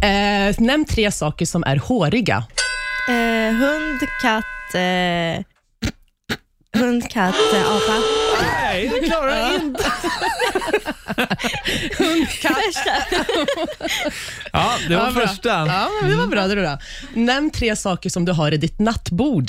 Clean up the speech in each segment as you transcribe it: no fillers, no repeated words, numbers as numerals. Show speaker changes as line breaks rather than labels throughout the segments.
Nämn 3 saker som är håriga.
Hund, katt, apa.
Nej, det klarar jag inte.
Hund, katt.
Ja, det var
bra.
första.
Ja, men det var bra. Det då. Nämn 3 saker som du har i ditt nattbord.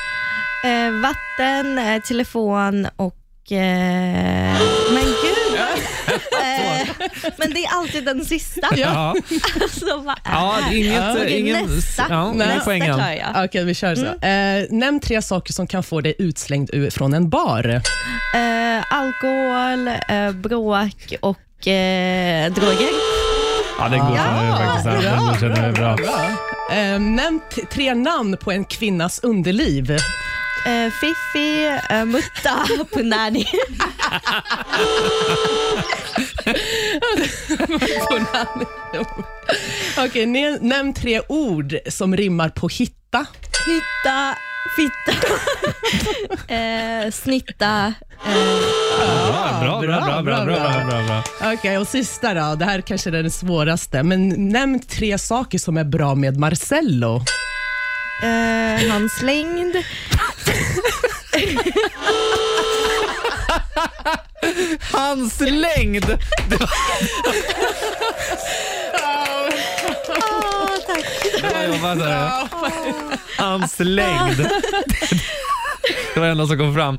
Vatten, telefon och... men gud! Men det är alltid den sista.
Ja,
Alltså, vad är
ja
det?
inget,
Okej,
ingen...
nästa.
Ja,
Nästa
poängen.
klarar jag.
Okej, vi kör så. Nämn 3 saker som kan få dig utslängd från en bar.
Alkohol, bråk och droger.
Ja, det går faktiskt. Det känner jag bra.
Nämn 3 namn på en kvinnas underliv.
Fiffi, Mutta, Punani.
Okej, nämn 3 ord som rimmar på hitta.
Hitta, fitta, snitta.
Bra.
Okej, och sista då. Det här kanske är den svåraste. Men nämn 3 saker som är bra med Marcello.
Hans längd.
Hans längd.
Tack.
Bra jobbat. Hans längd. Det var enda som kom fram.